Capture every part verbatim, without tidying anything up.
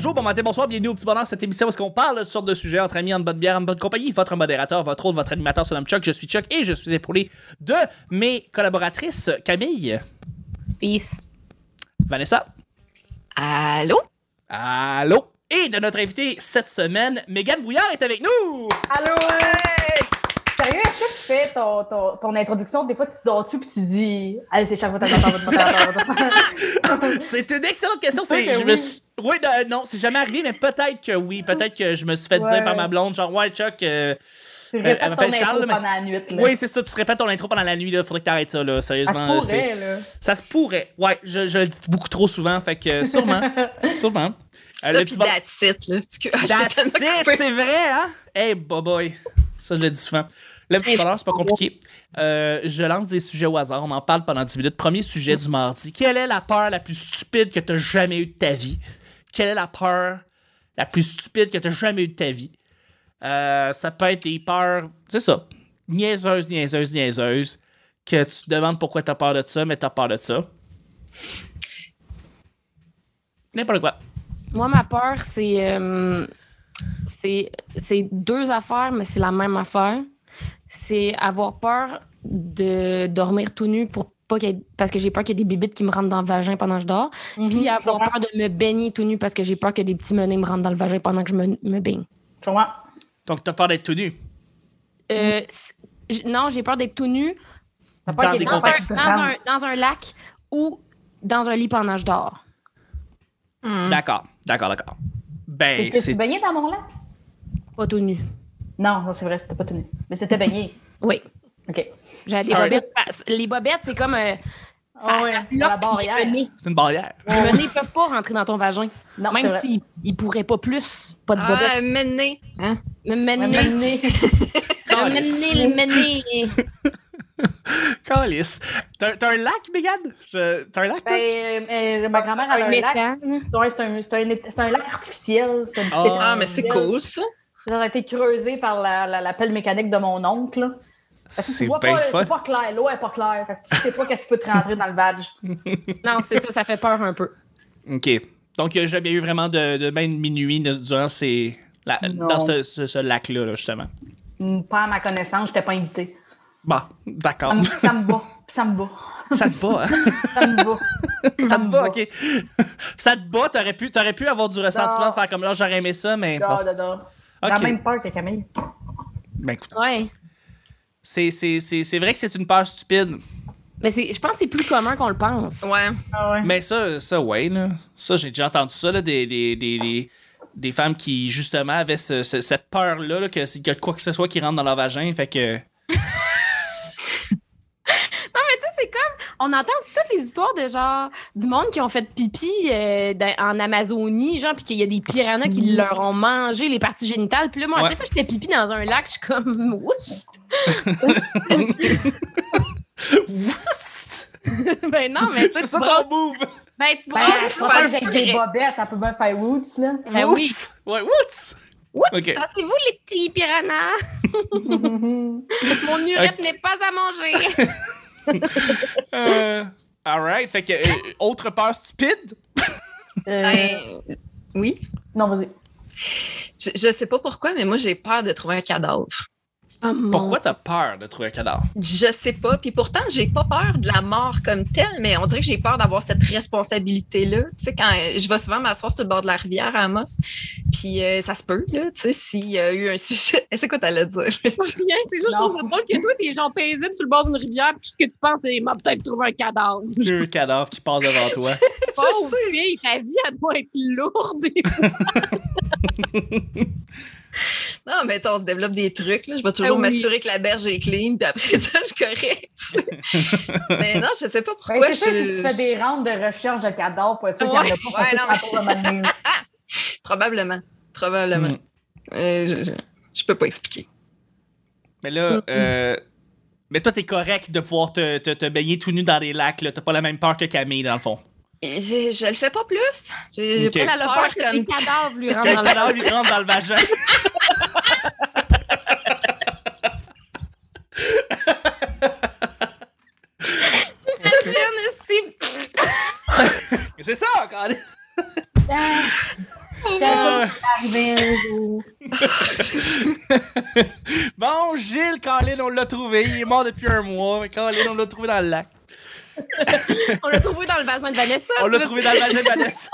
bonjour, bon matin, bonsoir, bienvenue au Petit Bonheur, cette émission où est-ce qu'on parle de toutes sortes de sujets entre amis, en bonne bière, en bonne compagnie. Votre modérateur, votre autre, votre animateur se nomme Chuck, je suis Chuck et je suis épaulé de mes collaboratrices, Camille. Peace. Vanessa. Allô? Allô? Et de notre invité cette semaine, Mégane Brouillard est avec nous! Allô? Hey! Sérieux, est-ce que tu fais ton, ton, ton introduction? Des fois, tu dors dessus puis tu dis « Allez, c'est chaque fois que tu C'est une excellente question. C'est C'est, je oui. me suis... Oui, non, non, c'est jamais arrivé, mais peut-être que oui. Peut-être que je me suis fait Ouais. dire par ma blonde, genre, ouais, Chuck... Euh... Tu Elle répètes m'appelle ton Charles, intro mais pendant la nuit. Là. Oui, c'est ça, tu te répètes ton intro pendant la nuit, là. Faudrait que t'arrêtes ça, là. Sérieusement. Ça se c'est... pourrait, là. Ça se pourrait. Ouais, je, je le dis beaucoup trop souvent, fait que sûrement. sûrement. Ça, le pis petit bon- that's it, là. Parce que- ah, That's j'étais tellement it, coupée. c'est vrai, hein? Hey, boy, boy. Ça, je le dis souvent. Le petit bonheur, c'est pas compliqué. Euh, je lance des sujets au hasard. On en parle pendant dix minutes. Premier sujet du mardi. Quelle est la peur la plus stupide que t'as jamais eue de ta vie? Quelle est la peur la plus stupide que t'as jamais eue de ta vie? Euh, ça peut être des peurs, c'est ça, niaiseuses, niaiseuses, niaiseuses, que tu te demandes pourquoi t'as peur de ça, mais t'as peur de ça. N'importe quoi. Moi, ma peur, c'est, euh, c'est, c'est deux affaires, mais c'est la même affaire. C'est avoir peur de dormir tout nu pour pas qu'il y ait- parce que j'ai peur qu'il y ait des bibites qui me rentrent dans le vagin pendant que je dors. Puis avoir peur de me baigner tout nu parce que j'ai peur que des petits menés me rentrent dans le vagin pendant que je me, me baigne. Je comprends. Donc, t'as peur d'être tout nu. Euh, c'est- j- non, j'ai peur d'être tout nu T'as pas Dans été des dans un, contextes. dans, un, dans un lac ou dans un lit pendant que je dors. Hmm. D'accord, d'accord, d'accord. Ben, T'es-tu c'est... baigné dans mon lac? Pas tout nu. Non, non, c'est vrai, c'était pas tenu. Mais c'était baigné. Oui. OK. J'ai des Ah, bobettes. Les bobettes, c'est comme... euh, ça, Ah ouais, ça c'est la bloque barrière. les menés. c'est une barrière. Les menés ne peuvent pas rentrer dans ton vagin. Non, c'est Même vrai. s'ils ils pourraient pas plus. Pas de bobettes. Ah, mené. Hein? Le Ouais, mené. mené. Le mené, le mené. Calice. T'as, t'as un lac, Mégane? Je... T'as un lac, toi? Ben, euh, euh, ma grand-mère avait Un un lac. méthane. Ouais, c'est un, c'est un, c'est un lac artificiel. C'est un petit Ah. étang Ah, mais c'est artificiel. cool, ça. Ça a été creusé par la, la, la pelle mécanique de mon oncle. là. Fait que tu C'est vois bien pas, fun. c'est pas clair, l'eau est pas claire. Fait que tu sais pas qu'est-ce qui peut te rentrer dans le badge. Non, c'est ça, ça fait peur un peu. OK. Donc, il n'y a jamais eu vraiment de, de bain de minuit de- durant ces... la- Non. dans ce, ce- ce lac-là, là, justement. Hmm, Pas à ma connaissance, j'étais pas invitée. Bon, Ça d'accord. me, ça me bat. Ça me bat. Ça te bat, hein? Ça me bat. Ça te bat, OK. Ça te bat, t'aurais pu, t'aurais pu avoir du ressentiment, Non. faire comme là, j'aurais aimé ça, mais Da, bon. da, da. OK. J'ai la même peur que Camille. Ben, écoute, Ouais. c'est, c'est, c'est, c'est vrai que c'est une peur stupide. Mais c'est, je pense que c'est plus commun qu'on le pense. Ouais. Ah ouais. Mais ça, ça ouais, là. Ça, j'ai déjà entendu ça, là, des, des, des, des, des femmes qui, justement, avaient ce- ce- cette peur-là, là, que s'il y a quoi que ce soit qui rentre dans leur vagin, fait que... Non, mais tu sais, c'est comme. On entend aussi toutes les histoires de genre. Du monde qui ont fait pipi euh, dans- en Amazonie, genre, puis qu'il y a des piranhas qui leur ont mangé les parties génitales. Puis là, moi, à Ouais. chaque fois que je fais pipi dans un lac, je suis comme. Ouch! Ben non, mais tu sais, c'est tu ça brasses- ton move! Ben, tu Ben, brasses c'est pas pas le avec des frais. bobettes, elle peut bien faire Woods, là. Ben oui. Woots! Ouais, woots! Ouch! Ok. Tassez-vous, les petits piranhas! Mon urette n'est pas à manger! Euh, alright, fait que, euh, autre peur stupide? Euh, Ben, oui. Non, vas-y. Je, je sais pas pourquoi, mais moi, j'ai peur de trouver un cadavre. Oh, mon- Pourquoi t'as peur de trouver un cadavre? Je sais pas. Puis pourtant, j'ai pas peur de la mort comme telle, mais on dirait que j'ai peur d'avoir cette responsabilité-là. Tu sais, quand euh, je vais souvent m'asseoir sur le bord de la rivière à Amos, puis euh, ça se peut, là. Tu sais, s'il y a eu un suicide. C'est quoi t'allais dire? Rien, c'est juste, je trouve ça drôle que toi, t'es genre paisible sur le bord d'une rivière, puis ce que tu penses, c'est qu'il m'a peut-être trouvé un cadavre. Il y a un cadavre qui passe devant toi. Pauvre fille, ta vie, elle doit être lourde. Non, mais tu sais, on se développe des trucs. Là. Je vais toujours Ah oui. m'assurer que la berge est clean, puis après ça, je suis correcte. tu sais. Mais non, je sais pas Ben, pourquoi. c'est sûr je... que tu fais des rounds de recherche de cadavres pour être sûr qu'il n'y en a pas. Ouais, parce que non, ça peut m'amener. Probablement. Probablement. Mm. Euh, je, je, je peux pas expliquer. Mais là, euh, mais toi, t'es correct de pouvoir te, te, te baigner tout nu dans des lacs, là. T'as pas la même peur que Camille, dans le fond. Et je, je le fais pas plus. J'ai j'ai Ok. pas Elle la a peur peur que comme. des cadavres lui Qu'un rentrent dans la cadavre, il rentre dans le vagin. Merci. C'est ça, encore. Ah, Oh my Bon, Gilles, Colin, on l'a trouvé. Il est mort depuis un mois. Mais Colin, on l'a trouvé dans le lac. On l'a trouvé dans le vagin de Vanessa. On l'a trouvé dans le vagin de Vanessa.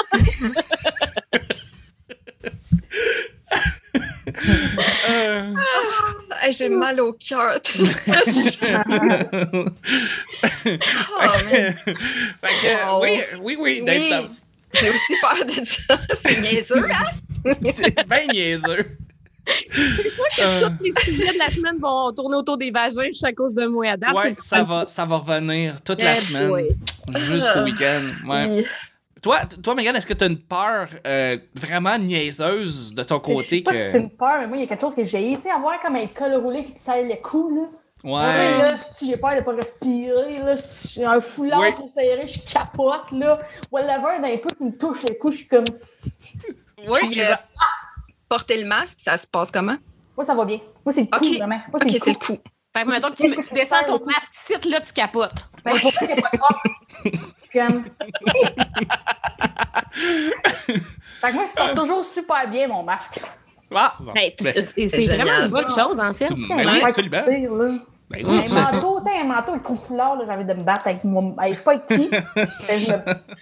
euh... ah, j'ai mal au cœur. oh, fait que, wow. oui, oui, oui. Oui. J'ai aussi peur de ça. C'est niaiseux, hein? C'est bien niaiseux. Euh... Tous les sujets de la semaine vont tourner autour des vagins juste à cause de moi à date. Ouais, ça va, ça va revenir toute la Eh semaine. boy. Jusqu'au week-end. Ouais. Oui. Toi, toi, Megan, est-ce que tu as une peur euh, vraiment niaiseuse de ton côté? Je sais pas que... si c'est une peur, mais moi, il y a quelque chose que j'ai. Tu sais, avoir comme un col roulé qui te serre le cou, là. Ouais. Ouais, là, si j'ai peur de pas respirer, là, si j'ai un foulard Oui. trop serré, je capote, là. Whatever, d'un coup, qui me touche le cou, je suis comme. Oui, Puis, les euh, a- porter le masque, ça se passe comment? Moi, ça va bien. Moi, c'est le coup, Ok. vraiment. Moi, c'est Ok, le c'est le coup. coup. Fait que mettons que tu, me- tu descends ton masque, site là, tu capotes. Ben, pour ça, il n'y a pas de propre. Comme. Fait que moi, je porte toujours super bien mon masque. Ah, bon. Hey, tu- Ben, c'est c'est c'est vraiment génial. une bonne chose, en fait. c'est- Tu sais, ben un oui, masque absolument. pire, là. Ben oui, Un tout à fait. manteau, tu sais, un manteau avec trop foulard, là, j'ai envie de me battre avec mon. Hey, je sais pas avec qui. Ben, je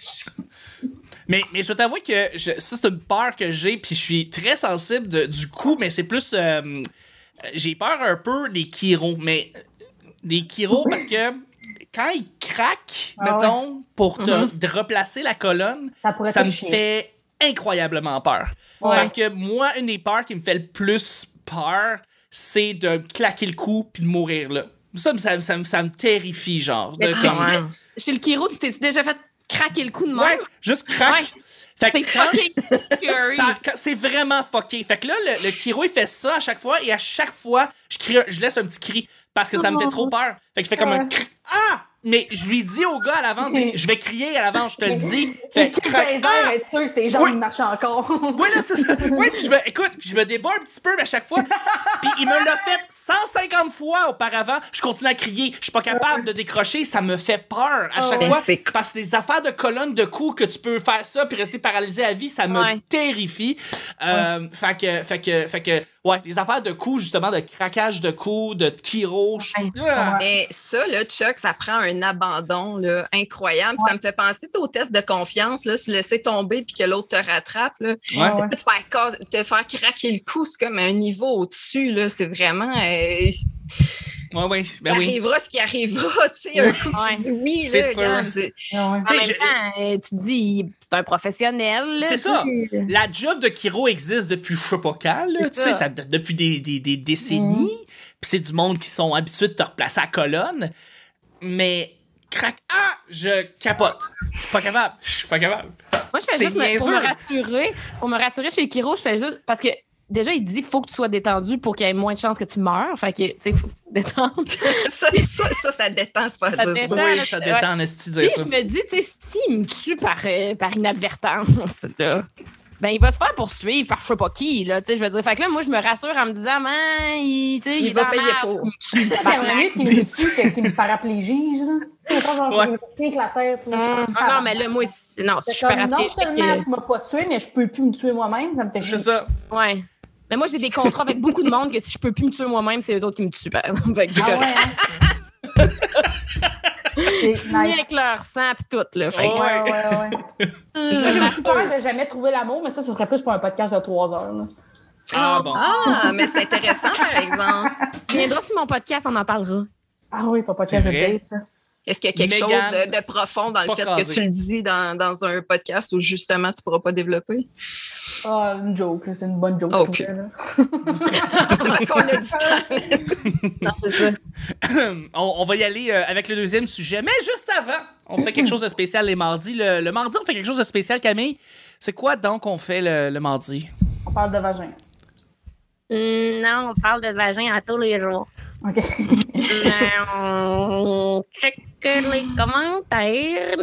me- Mais, mais je dois t'avouer que je- ça, c'est une peur que j'ai, puis je suis très sensible de- du coup, mais c'est plus... euh, j'ai peur un peu des chiros, mais des chiros parce que quand ils craquent, Ah mettons, pour te de replacer la colonne, Ça pourrait ça te me chier. fait incroyablement peur. Ouais. Parce que moi, une des peurs qui me fait le plus peur, c'est de me claquer le cou puis de mourir là. Ça, me- ça, me- ça, me- ça me terrifie, genre. Mais de- tu t'es- comme- Chez le Kiro, tu t'es déjà fait craquer le cou de même? Ouais, juste craque. Ouais. Fait que C'est quand fucking scary. ça- quand- c'est vraiment fucké. Fait que là, le, le Kiro, il fait ça à chaque fois, et à chaque fois, je, crie, je laisse un petit cri, parce que ça me fait trop peur. Fait que je fais comme un cri. Ah! Mais je lui dis au gars à l'avance, je vais crier à l'avance, je te le dis. Fait Qui que dans les craque. Ah! airs, être sûr que ses jambes Oui. marchent encore. Oui, là, c'est ça. Oui, puis je me, écoute, puis je me débat un petit peu mais à chaque fois. Puis il me l'a fait cent cinquante fois auparavant. Je continue à crier. Je suis pas capable de décrocher. Ça me fait peur à chaque Ben, fois. c'est- Parce que des affaires de colonne de cou que tu peux faire ça puis rester paralysé à vie, ça me Ouais. terrifie. Euh, fait que, fait que, fait que, ouais, les affaires de cou, justement, de craquage de cou, de chiro. je- Ah! Mais ça, là, Chuck, ça prend un abandon là, incroyable. Puis Ça me fait penser tu sais, au test de confiance, là, se laisser tomber puis que l'autre te rattrape. Là. Ouais. Ouais. Te, faire cas- te faire craquer le cou, c'est comme un niveau au-dessus. Là. C'est vraiment. euh, Ouais, ouais, ben il oui. arrivera ce qui arrivera. Tu sais, un coup, Ouais. tu dis oui. C'est là, sûr. regarde, c'est- Ouais. En Tu sais, même je- temps, euh, tu te dis, c'est un professionnel. là, C'est tu ça. sais. La job de Kiro existe depuis je sais pas quand, là, tu C'est sais, ça. ça date depuis des, des, des décennies. Puis c'est du monde qui sont habitués de te replacer à colonne. Mais, crac, ah, je capote. Je suis pas capable. Je suis pas capable. Moi, je fais C'est juste me- pour me niaiseux. rassurer. Pour me rassurer chez Kiro, je fais juste. Parce que déjà, il dit faut que tu sois détendu pour qu'il y ait moins de chances que tu meurs. Fait que, tu sais, faut que tu te détendes. ça, ça, ça, ça détend, c'est pas Ça dire détend. ça. Oui, là, ça ouais. détend en esti de Puis dire ça. je me dis, tu sais, s'il me tue par, euh, par inadvertance, là, ben il va se faire poursuivre par je sais pas qui, là, tu sais, je veux dire. Fait que là, moi, je me rassure en me disant, man, il, tu sais, il, Il est va dans la payer merde, pour. il me tue, J'aimerais tabarnak. mieux qu'il me tue que qu'il me paraplégise, là. Tu sais, genre, Ouais. je me tiens avec la terre. puis- Ah non, mais là, moi, c'est- non, si je C'est suis comme, non paraplégique, seulement euh, tu m'as pas tué, mais je peux plus me tuer moi-même. Ça me fait chier. C'est ça. ouais. Mais moi, j'ai des contrats avec beaucoup de monde que si je peux plus me tuer moi-même, c'est eux autres qui me tuent, par exemple. Fait que Ah ouais, hein? C'est signé nice. avec leur sang pis tout, là. Fait que, Oh, Ouais, ouais, ouais. Moi, j'ai aussi peur de jamais trouver l'amour, mais ça, ce serait plus pour un podcast de trois heures. Là. Ah bon. Ah, mais c'est intéressant, par exemple. tu viendras sur mon podcast, on en parlera. Ah oui, ton podcast C'est de vrai. date, ça. Est-ce qu'il y a quelque Mégane, chose de, de profond dans le pas fait casé. que tu le dis dans, dans un podcast où justement tu ne pourras pas développer? Ah, une joke, là. C'est une bonne joke. Ok. je trouvais, là. Parce qu'on a du temps. Non, c'est ça. on, on va y aller euh, avec le deuxième sujet. Mais juste avant, on fait quelque chose de spécial les mardis. Le, le mardi, on fait quelque chose de spécial, Camille. C'est quoi donc qu'on fait le, le mardi? On parle de vagin. Hum, non, on parle de vagin à tous les jours. OK. Mais on check les commentaires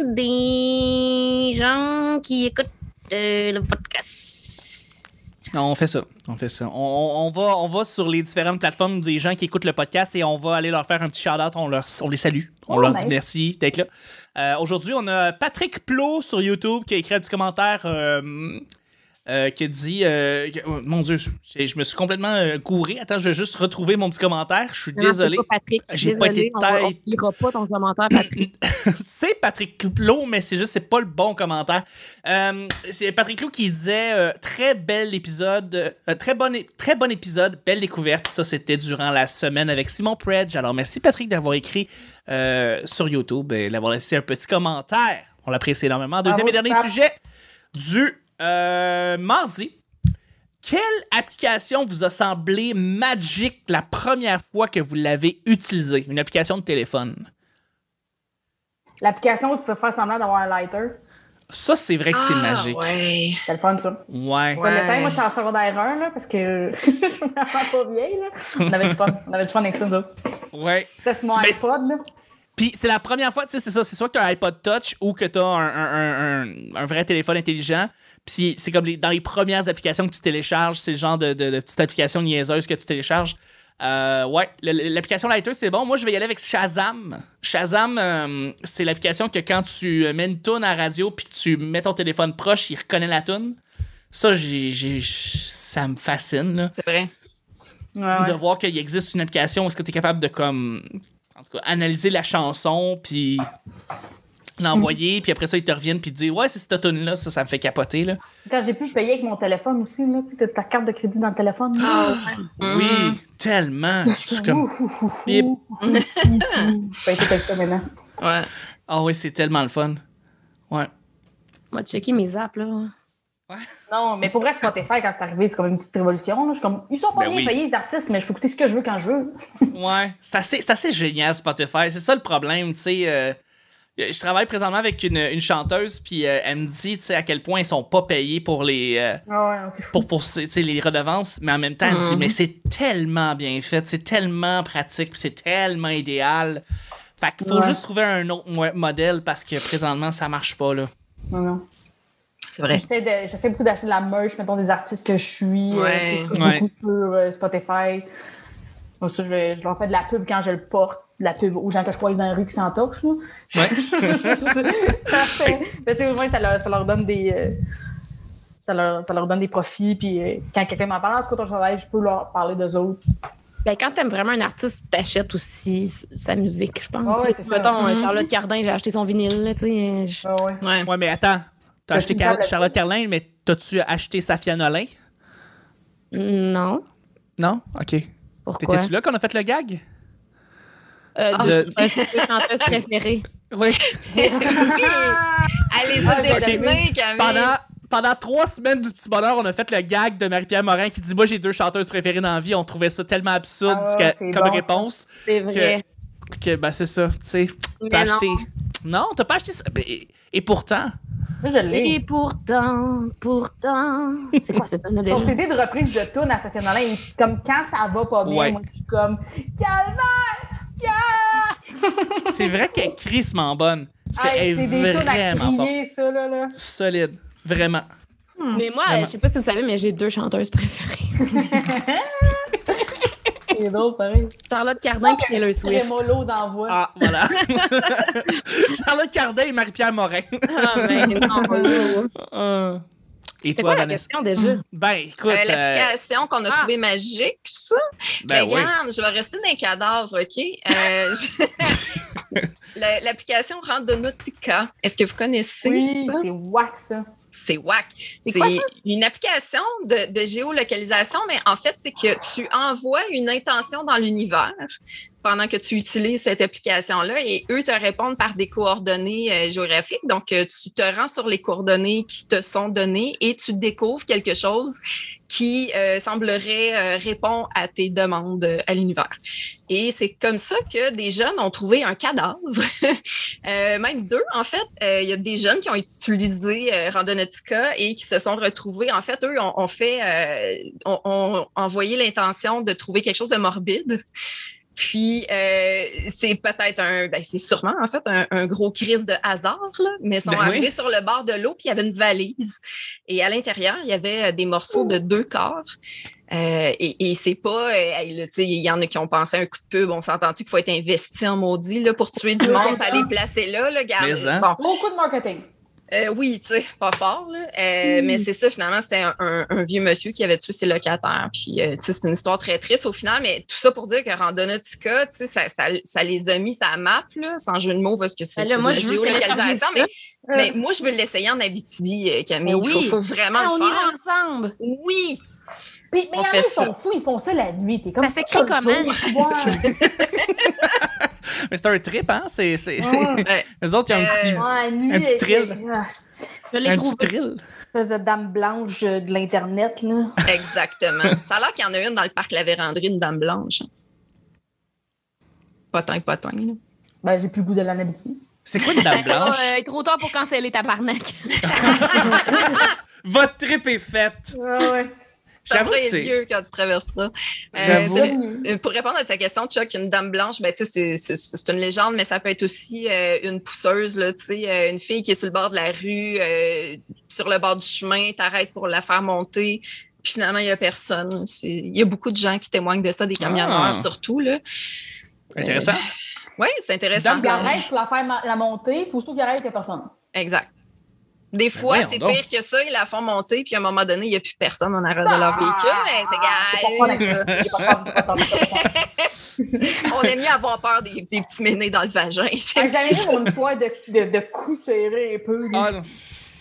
des gens qui écoutent euh, le podcast. On fait ça. On fait ça. On, on- on va, on va sur les différentes plateformes des gens qui écoutent le podcast et on va aller leur faire un petit shout-out. On, leur, on les salue. On Oh, leur nice. dit merci d'être là. Euh, Aujourd'hui, on a Patrick Plot sur YouTube qui a écrit un petit commentaire. euh, euh, qui dit... Euh, que- oh, mon Dieu, je, je me suis complètement euh, couré. Attends, je vais juste retrouver mon petit commentaire. Je suis Non, désolé. c'est pas Patrick. Je suis J'ai pas désolée, été on va- On tête. ne lira pas ton commentaire, Patrick. C'est Patrick Clot, mais c'est juste, c'est pas le bon commentaire. Euh, c'est Patrick Clot qui disait euh, très bel épisode, euh, très, bon, é- très bon épisode, belle découverte. Ça, c'était durant la semaine avec Simon Predge. Alors, merci Patrick d'avoir écrit euh, sur YouTube et d'avoir laissé un petit commentaire. On l'apprécie énormément. Deuxième Bravo, et dernier Pat. sujet du euh, mardi. Quelle application vous a semblé magique la première fois que vous l'avez utilisée? Une application de téléphone. L'application où tu peux faire semblant d'avoir un lighter. Ça, c'est vrai que c'est Ah, magique. Ouais. C'est le fun, ça. Ouais. Ouais. Le temps, moi, j'étais en secondaire un, là, parce que je suis vraiment pas vieille, là. On avait du fun. On avait du fun avec ça, là. Ouais. C'était sur mon Ben, iPod, là. Puis c'est la première fois, tu sais, c'est ça, c'est soit que t'as un iPod Touch ou que t'as un, un, un, un, un vrai téléphone intelligent. Puis c'est comme les, dans les premières applications que tu télécharges, c'est le genre de, de, de petite application niaiseuse que tu télécharges. Euh, ouais, le- l'application Lighter, c'est bon. Moi, je vais y aller avec Shazam. Shazam, euh, c'est l'application que quand tu mets une toune à la radio puis que tu mets ton téléphone proche, il reconnaît la toune. Ça, j'ai, j'ai, ça me fascine, là. C'est vrai. Ouais, De ouais. voir qu'il existe une application où est-ce que tu es capable de comme en tout cas analyser la chanson puis l'envoyer puis après ça ils te reviennent puis te disent ouais c'est cette tune là, ça ça me fait capoter là. Quand j'ai pu payer avec mon téléphone aussi, là, tu sais, t'as ta carte de crédit dans le téléphone. Ah, Oui, tellement. C'est comme Bip. Je peux être avec ça maintenant. Ouais. ah oui, c'est tellement le fun. Ouais. Moi, checker mes apps, là. Non, mais pour vrai, Spotify, quand c'est arrivé, c'est comme une petite révolution. Là. Je suis comme, ils sont pas Ben bien oui. payés, les artistes, mais je peux écouter ce que je veux quand je veux. Ouais, c'est assez c'est assez génial Spotify, c'est ça le problème, tu sais euh, je travaille présentement avec une, une chanteuse puis euh, elle me dit tu sais à quel point ils sont pas payés pour les euh, Ah ouais, c'est fou. pour, pour tu sais, les redevances, mais en même temps, elle dit, Mhm. mais c'est tellement bien fait, c'est tellement pratique, puis c'est tellement idéal. Fait qu'il faut Ouais. juste trouver un autre mo- modèle parce que présentement, ça marche pas, là. Non, non. C'est vrai. J'essaie, de, j'essaie beaucoup d'acheter de la merch, mettons des artistes que je suis. euh, Ouais. que j'écoute Ouais. beaucoup sur euh, Spotify. Donc ça, je, vais, je leur fais de la pub quand je le porte. De la pub aux gens que je croise dans la rue qui s'entorchent. Là. Ouais. Mais tu sais, au moins, ça leur, ça leur donne des. euh, ça, leur, ça leur donne des profits. Puis euh, quand quelqu'un m'en parle, en tout cas, ton travail, je peux leur parler d'eux autres. Ben, quand t'aimes vraiment un artiste, t'achètes aussi sa musique, je pense. Ah ouais, c'est ça. Mettons, euh, Mhm. Charlotte Cardin, j'ai acheté son vinyle, là, tu sais. je- Ah ouais. Ouais. Ouais, mais attends, t'as T'as acheté une Car- table à- Charlotte Carlin, mais t'as-tu acheté Safia Nolin? Non. Non? OK. Pourquoi? T'étais-tu là quand on a fait le gag? Euh, Ah, de, je- de, chanteuse préférée. Oui. Allez, Ah, ça ben, dessiner, Camille. Pendant, pendant trois semaines du petit bonheur, on a fait le gag de Marie-Pierre Morin qui dit « Moi, j'ai deux chanteuses préférées dans la vie. » On trouvait ça tellement absurde Ah, que- c'est comme bon, ça. réponse. C'est vrai. Que, ben, c'est ça, tu sais. Mais T'as non. acheté. Non, t'as pas acheté ça. Ben, et, et pourtant. Moi, je l'ai. Et pourtant, pourtant. C'est quoi ce tonne déjà? Son C D de reprise de tune à Safia Nolin, il est comme quand ça va pas bien, Ouais. moi, je suis comme Calvaire! Yeah! C'est vrai qu'elle est crissement bonne. C'est Hey, elle est c'est des tunes à vraiment forte. crier, ça, là, là. Solide. Vraiment. Mais moi, Vraiment. je sais pas si vous savez, mais j'ai deux chanteuses préférées. C'est drôle, pareil. Charlotte Cardin et Taylor Swift. Trémolo dans la voix. Ah, voilà. Charlotte Cardin et Marie-Pierre Morin. Ah, mais non. Ah. Et C'est toi, quoi la Vanessa? question déjà? Ben, écoute. Euh, euh, L'application qu'on a Ah. trouvée magique, ça. ben oui. Regarde, je vais rester dans les cadavres, OK? Euh, je- La- L'application Randonautica. Est-ce que vous connaissez Oui, ça? c'est wack, ça. C'est whack. C'est C'est quoi, ça? une application de, de géolocalisation, mais en fait, c'est que tu envoies une intention dans l'univers pendant que tu utilises cette application-là et eux te répondent par des coordonnées euh, géographiques. Donc, euh, tu te rends sur les coordonnées qui te sont données et tu découvres quelque chose qui euh, semblerait euh, répondre à tes demandes euh, à l'univers. Et c'est comme ça que des jeunes ont trouvé un cadavre, euh, même deux, en fait. Euh, Il y a des jeunes qui ont utilisé euh, Randonautica et qui se sont retrouvés. En fait, eux ont, ont fait, euh, ont, ont envoyé l'intention de trouver quelque chose de morbide. Puis, euh, c'est peut-être un, ben c'est sûrement en fait un, un gros crise de hasard, là, mais ils sont Ben oui. arrivés sur le bord de l'eau, puis il y avait une valise. Et à l'intérieur, il y avait des morceaux de deux corps. Euh, et, et c'est pas, euh, hey, là, tu sais, il y en a qui ont pensé à un coup de pub. On s'entend-tu qu'il faut être investi en maudit là, pour tuer du monde, pour aller placer là, là, garde. Mais, hein? Bon, Gros coup de marketing. Euh, oui, tu sais, pas fort, là. Euh, mm. Mais c'est ça, finalement, c'était un, un, un vieux monsieur qui avait tué ses locataires. Puis, euh, tu sais, c'est une histoire très triste au final, mais tout ça pour dire que Randonautica, tu sais, ça, ça, ça les a mis sa map, là, sans jeu de mots, parce que c'est là, moi, de la je veux géolocalisation. Mais, euh. mais moi, je veux l'essayer en Abitibi, Camille. Il oui. faut, faut vraiment ah, le on faire. On ira ensemble. Oui! Puis, mais ils sont fous, ils font ça la nuit. T'es comme ça s'écrit comment? Mais c'est un trip, hein? C'est, c'est, ouais. c'est... Les autres, il y a un petit, euh, ouais, nuit, un petit thrill. Je l'ai un trouvé. petit thrill. Une espèce de dame blanche de l'Internet, là. Exactement. Ça a l'air qu'il y en a une dans le parc La Vérandrie, une dame blanche. Potin, potin, là. Ben, j'ai plus le goût de l'en habituer. C'est quoi une dame blanche? Il euh, est trop tard pour canceller tabarnak. Votre trip est faite. Ah ouais. J'avoue que les c'est... yeux quand tu traverseras. J'avoue. Euh, pour répondre à ta question, Chuck, une dame blanche, ben, c'est, c'est, c'est une légende, mais ça peut être aussi euh, une pousseuse, là, euh, une fille qui est sur le bord de la rue, euh, sur le bord du chemin, t'arrêtes pour la faire monter, puis finalement, il n'y a personne. Il y a beaucoup de gens qui témoignent de ça, des camionneurs ah. surtout. Là. Intéressant. Euh, oui, c'est intéressant. Donc, il arrête pour la faire ma- la monter, puis surtout qu'il arrête, il n'y a personne. Exact. Des fois, ben c'est donc. Pire que ça, ils la font monter, puis à un moment donné, il n'y a plus personne en arrêt de leur véhicule. Mais c'est gars. On aime mieux avoir peur des, des petits ménés dans le vagin. J'avais eu une fois de, de, de coups serrés un peu. Ah non.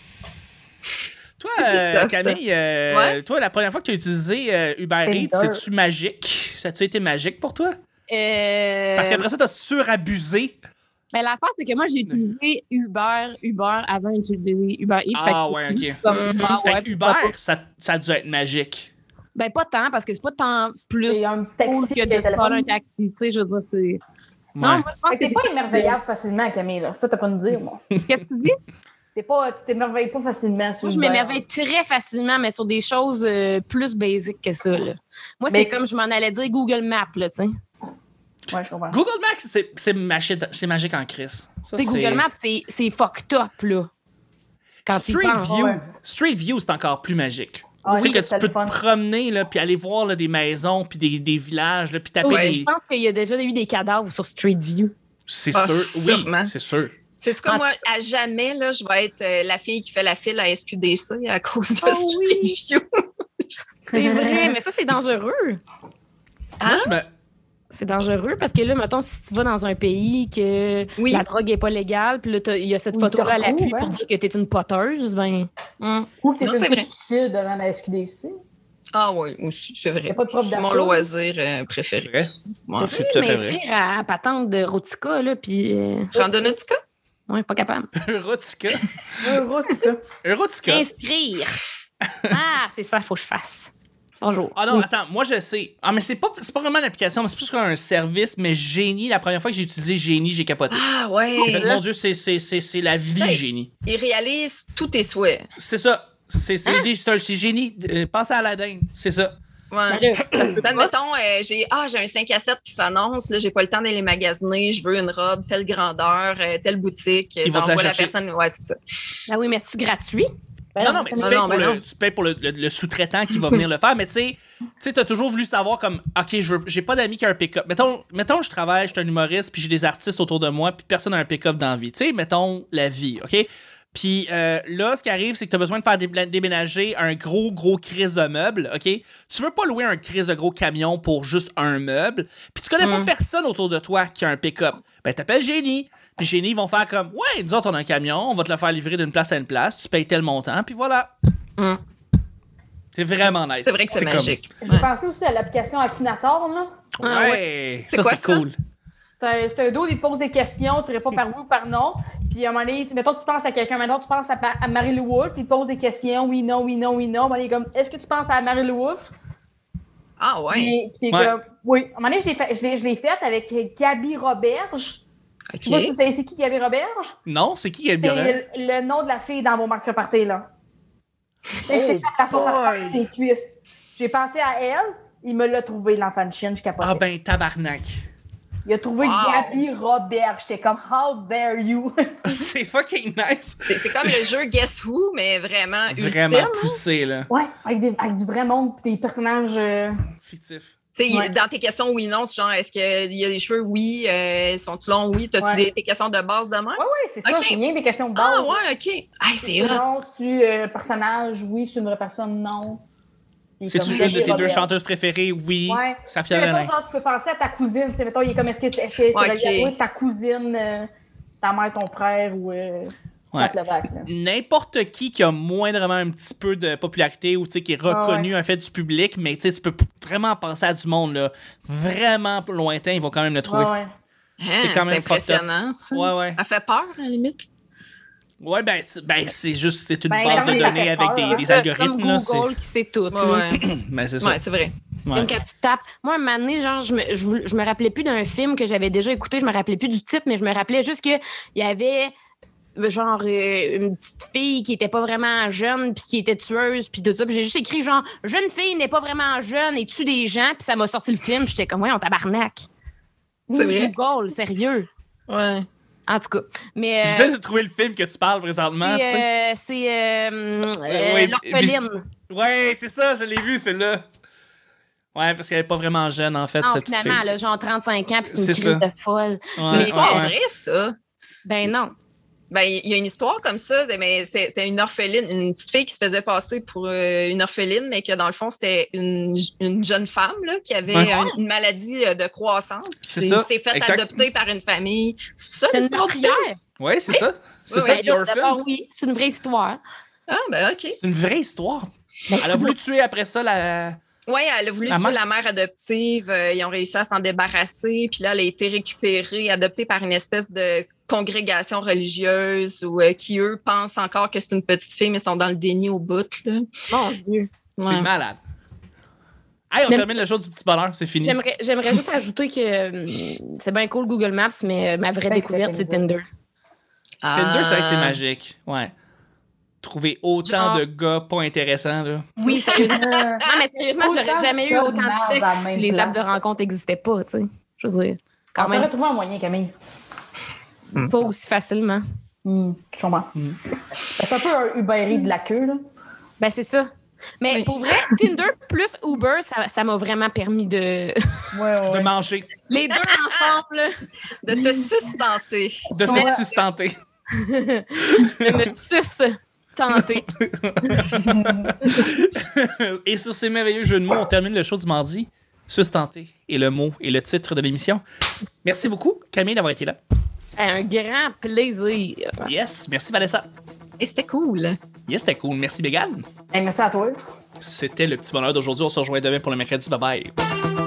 Toi, euh, Camille, euh, ouais? toi, la première fois que tu as utilisé euh, Uber Eats, c'est-tu magique? Ça a-tu été magique pour toi? Euh... Parce qu'après ça, tu as surabusé. Ben, l'affaire, c'est que moi, j'ai utilisé Uber, Uber avant d'utiliser Uber Eats. Ah, ouais, OK. Comme, mm-hmm. ah, ouais, fait que Uber, ça, ça a dû être magique. Ben, pas tant, parce que c'est pas tant plus c'est un taxi que de se faire un taxi. Tu sais, je veux dire, c'est... Ouais. Non, moi, je pense que c'est pas émerveillable facilement, Camille. Là. Ça, t'as pas à nous dire, moi. Qu'est-ce que tu dis? T'es pas, tu t'émerveilles pas facilement sur Moi, je m'émerveille très facilement, mais sur des choses euh, plus basiques que ça. Là. Moi, mais... c'est comme je m'en allais dire Google Maps, là, tu sais. Ouais, je comprends. Google Maps, c'est, c'est, magique, c'est magique en crise. Ça, c'est... Google Maps, c'est, c'est fucked up, là. Quand Street View, ouais. Street View, c'est encore plus magique. Ah, oui, que tu peux te promener, là, puis aller voir là, des maisons, puis des, des villages, là, puis taper oui, des... Je pense qu'il y a déjà eu des cadavres sur Street View. C'est ah, sûr, sûrement. Oui, c'est sûr. C'est quoi, moi, à jamais, là, je vais être euh, la fille qui fait la file à S Q D C à cause de oh, Street oui. View. C'est vrai, mais ça, c'est dangereux. Moi, je me... C'est dangereux parce que là, mettons, si tu vas dans un pays que oui. la drogue n'est pas légale, puis là, il y a cette oui, photo-là à l'appui hein? pour dire que tu es une poteuse, ben... Mm. Ou que tu es une petite devant la S Q D C. Ah oui, aussi, c'est vrai. Il n'y a pas de preuve d'achat. C'est mon loisir euh, préféré. Moi, je suis tout à fait vrai. M'inscrire à patente de Rotica, là, puis... Euh... Randonautica? Oui, pas capable. Eurotica. Eurotica. Eurotica. Inscrire. Ah, c'est ça, il faut que je fasse. Bonjour. Ah non, oui. Attends, moi je sais. Ah, mais c'est pas, c'est pas vraiment une application, mais c'est plus un service, mais Génie, la première fois que j'ai utilisé Génie, j'ai capoté. Ah ouais. En fait, mon Dieu, c'est, c'est, c'est, c'est la vie, ouais. Génie. Il réalise tous tes souhaits. C'est ça. C'est, c'est, hein? c'est, c'est Génie. Euh, pense à Aladdin. C'est ça. Ouais. Admettons, euh, j'ai, ah, j'ai un cinq à sept qui s'annonce, là, j'ai pas le temps d'aller magasiner, je veux une robe, telle grandeur, euh, telle boutique. Ils vont te la la chercher. Personne. Ouais, c'est ça. Ah oui, mais c'est-tu gratuit? Non, non, mais tu payes, non, pour, mais le, non. Tu payes pour le, le, le sous-traitant qui va venir le faire. Mais tu sais, tu as toujours voulu savoir comme, OK, je veux, j'ai pas d'amis qui a un pick-up. Mettons, mettons je travaille, je suis un humoriste, puis j'ai des artistes autour de moi, puis personne n'a un pick-up dans la vie. Tu sais, mettons la vie, OK? Puis euh, là, ce qui arrive, c'est que tu as besoin de faire déménager un gros, gros crise de meubles, OK? Tu veux pas louer un crise de gros camion pour juste un meuble, puis tu connais mm. pas personne autour de toi qui a un pick-up. Ben, t'appelles Génie. Puis Génie, ils vont faire comme, ouais, nous autres, on a un camion, on va te le faire livrer d'une place à une place, tu payes tel montant, puis voilà. Mm. C'est vraiment nice. C'est vrai que c'est, c'est magique. J'ai ouais. pensé aussi à l'application Akinator, là. Ouais, ouais. ça, c'est, c'est cool. C'est un, c'est un dos, il te pose des questions, tu réponds par oui ou par non. Puis à un moment donné, mettons que tu penses à quelqu'un, maintenant tu penses à, à Marie-Lou Wolfe, il te pose des questions, oui, non, oui, non, oui, non. Il est comme, est-ce que tu penses à Marie-Lou Wolfe? Ah ouais. Puis, puis ouais. Comme, oui. À un moment donné, je l'ai, fait, je l'ai, je l'ai faite avec Gabi Roberge. Okay. Tu vois si c'est, c'est qui Gabi Roberge? Non, c'est qui Gabi Roberge? C'est le, le nom de la fille dans vos marques repartées, là. Oh, c'est la sauce à faire ses cuisses. J'ai pensé à elle, il me l'a trouvé, l'enfant de chien, je capotais. Ah ben, tabarnak. Il a trouvé wow. Gabi Robert. J'étais comme, how dare you? C'est fucking nice. C'est, c'est comme le jeu Guess Who, mais vraiment Vraiment ultime. poussé, là. Ouais, avec, des, avec du vrai monde et des personnages... Euh... Fictifs. Tu sais, Ouais. dans tes questions oui-non, c'est genre, est-ce qu'il y a des cheveux? Oui. Euh, sont-ils longs? Oui. T'as-tu Ouais. des, des questions de base de même? Oui, oui, c'est ça. Ok. C'est rien des questions de base. Ah, ouais, OK. Hey, c'est hot. Non, tu euh, personnage, oui, c'est une vraie personne, non. Puis C'est-tu comme une de Debbie tes deux Robert. chanteuses préférées? Oui. Ouais. Ça Tu sais, fait mettons, rien. genre, tu peux penser à ta cousine. Tu sais, mettons, il est comme, est-ce que est-ce que c'est Ouais, relié à ok. toi, ta cousine, euh, ta mère, ton frère ou euh, Ouais. Pat Levac, là. N'importe qui qui a moindrement un petit peu de popularité ou tu sais, qui est reconnu Ah en fait du public, mais tu sais, tu peux vraiment penser à du monde là, vraiment lointain, ils vont quand même le trouver. Ouais, ouais. Hein, C'est quand même fucked up. impressionnant, ça. Ouais, ouais. Ça fait peur, à la limite. Ouais, ben, c'est, ben, c'est juste, c'est une Ben, base de quand même, données ça fait avec peur, des, hein. des algorithmes. Comme Là, c'est... Google qui sait tout. Ouais, là. ouais. Ben, c'est ça. Ouais, c'est vrai. Ouais. Comme quand tu tapes. Moi, un moment donné, genre, je me, je, je me rappelais plus d'un film que j'avais déjà écouté, je me rappelais plus du titre, mais je me rappelais juste qu'il y avait genre euh, une petite fille qui était pas vraiment jeune puis qui était tueuse puis tout ça. Puis j'ai juste écrit genre jeune fille n'est pas vraiment jeune et tue des gens, puis ça m'a sorti le film, puis j'étais comme ouais, on tabarnak. C'est vrai. Google, sérieux. Ouais. En tout cas, mais Je euh, vais de trouver le film que tu parles présentement, tu c'est, sais. euh, c'est euh, euh, oui, l'orpheline. Ouais, c'est ça, je l'ai vu, ce film-là. Ouais, parce qu'elle est pas vraiment jeune, en fait, Non, cette petite finalement, fille. elle a genre trente-cinq ans, puis c'est une C'est crise ça. de folle. Ouais, C'est une histoire ouais, ouais. vraie, ça. Ben non. Ben, il y a une histoire comme ça, de- mais c'était une orpheline, une petite fille qui se faisait passer pour euh, une orpheline, mais que dans le fond, c'était une, une jeune femme là, qui avait Ouais. un- une maladie euh, de croissance. Puis C'est c'est- ça, s'est fait exact. adopter par une famille. C'est ça C'est une l'histoire du meurtrière. film? Ouais, c'est ça. C'est Oui, ça, oui, The Orphan. D'abord, oui, c'est une vraie histoire. Ah, ben OK. C'est une vraie histoire. Ben, Elle a voulu tuer après ça la... Oui, elle a voulu La tuer mère? la mère adoptive. euh, ils ont réussi à s'en débarrasser. Puis là, elle a été récupérée, adoptée par une espèce de congrégation religieuse ou euh, qui, eux, pensent encore que c'est une petite fille, mais sont dans le déni au bout. Là. Mon Dieu. C'est Ouais. malade. Hey, on Mais- termine le jour du petit bonheur, c'est fini. J'aimerais, j'aimerais juste ajouter que euh, c'est bien cool Google Maps, mais euh, ma vraie Ben, découverte, c'est c'est Tinder. Tinder, c'est vrai que c'est Ah. magique. Ouais. Trouver autant Genre- de gars pas intéressants, là. Oui, sérieusement. Euh, Non, mais sérieusement, Autant j'aurais jamais de eu gars autant de de merde sexe à la si même les apps de place. rencontre n'existaient pas, tu sais. Je veux dire, c'est quand On aurait même trouvé un moyen, Camille. pas aussi facilement. Hmm, je comprends. C'est un peu un Uber Eats de la queue, là. Ben, c'est ça. Mais Oui. pour vrai, Tinder plus Uber, ça, ça m'a vraiment permis de... Ouais, De manger, Les deux ensemble, là, De te sustenter. de te Ouais. sustenter. de me sus-tenter. Et sur ces merveilleux jeux de mots, on termine le show du mardi. Sustenter est le mot et le titre de l'émission. Merci beaucoup, Camille, d'avoir été là. Un grand plaisir. Yes, merci Vanessa. Et c'était cool. Yes, c'était cool. Merci Bégane. Hey, merci à toi. C'était le petit bonheur d'aujourd'hui. On se rejoint demain pour le mercredi. Bye bye.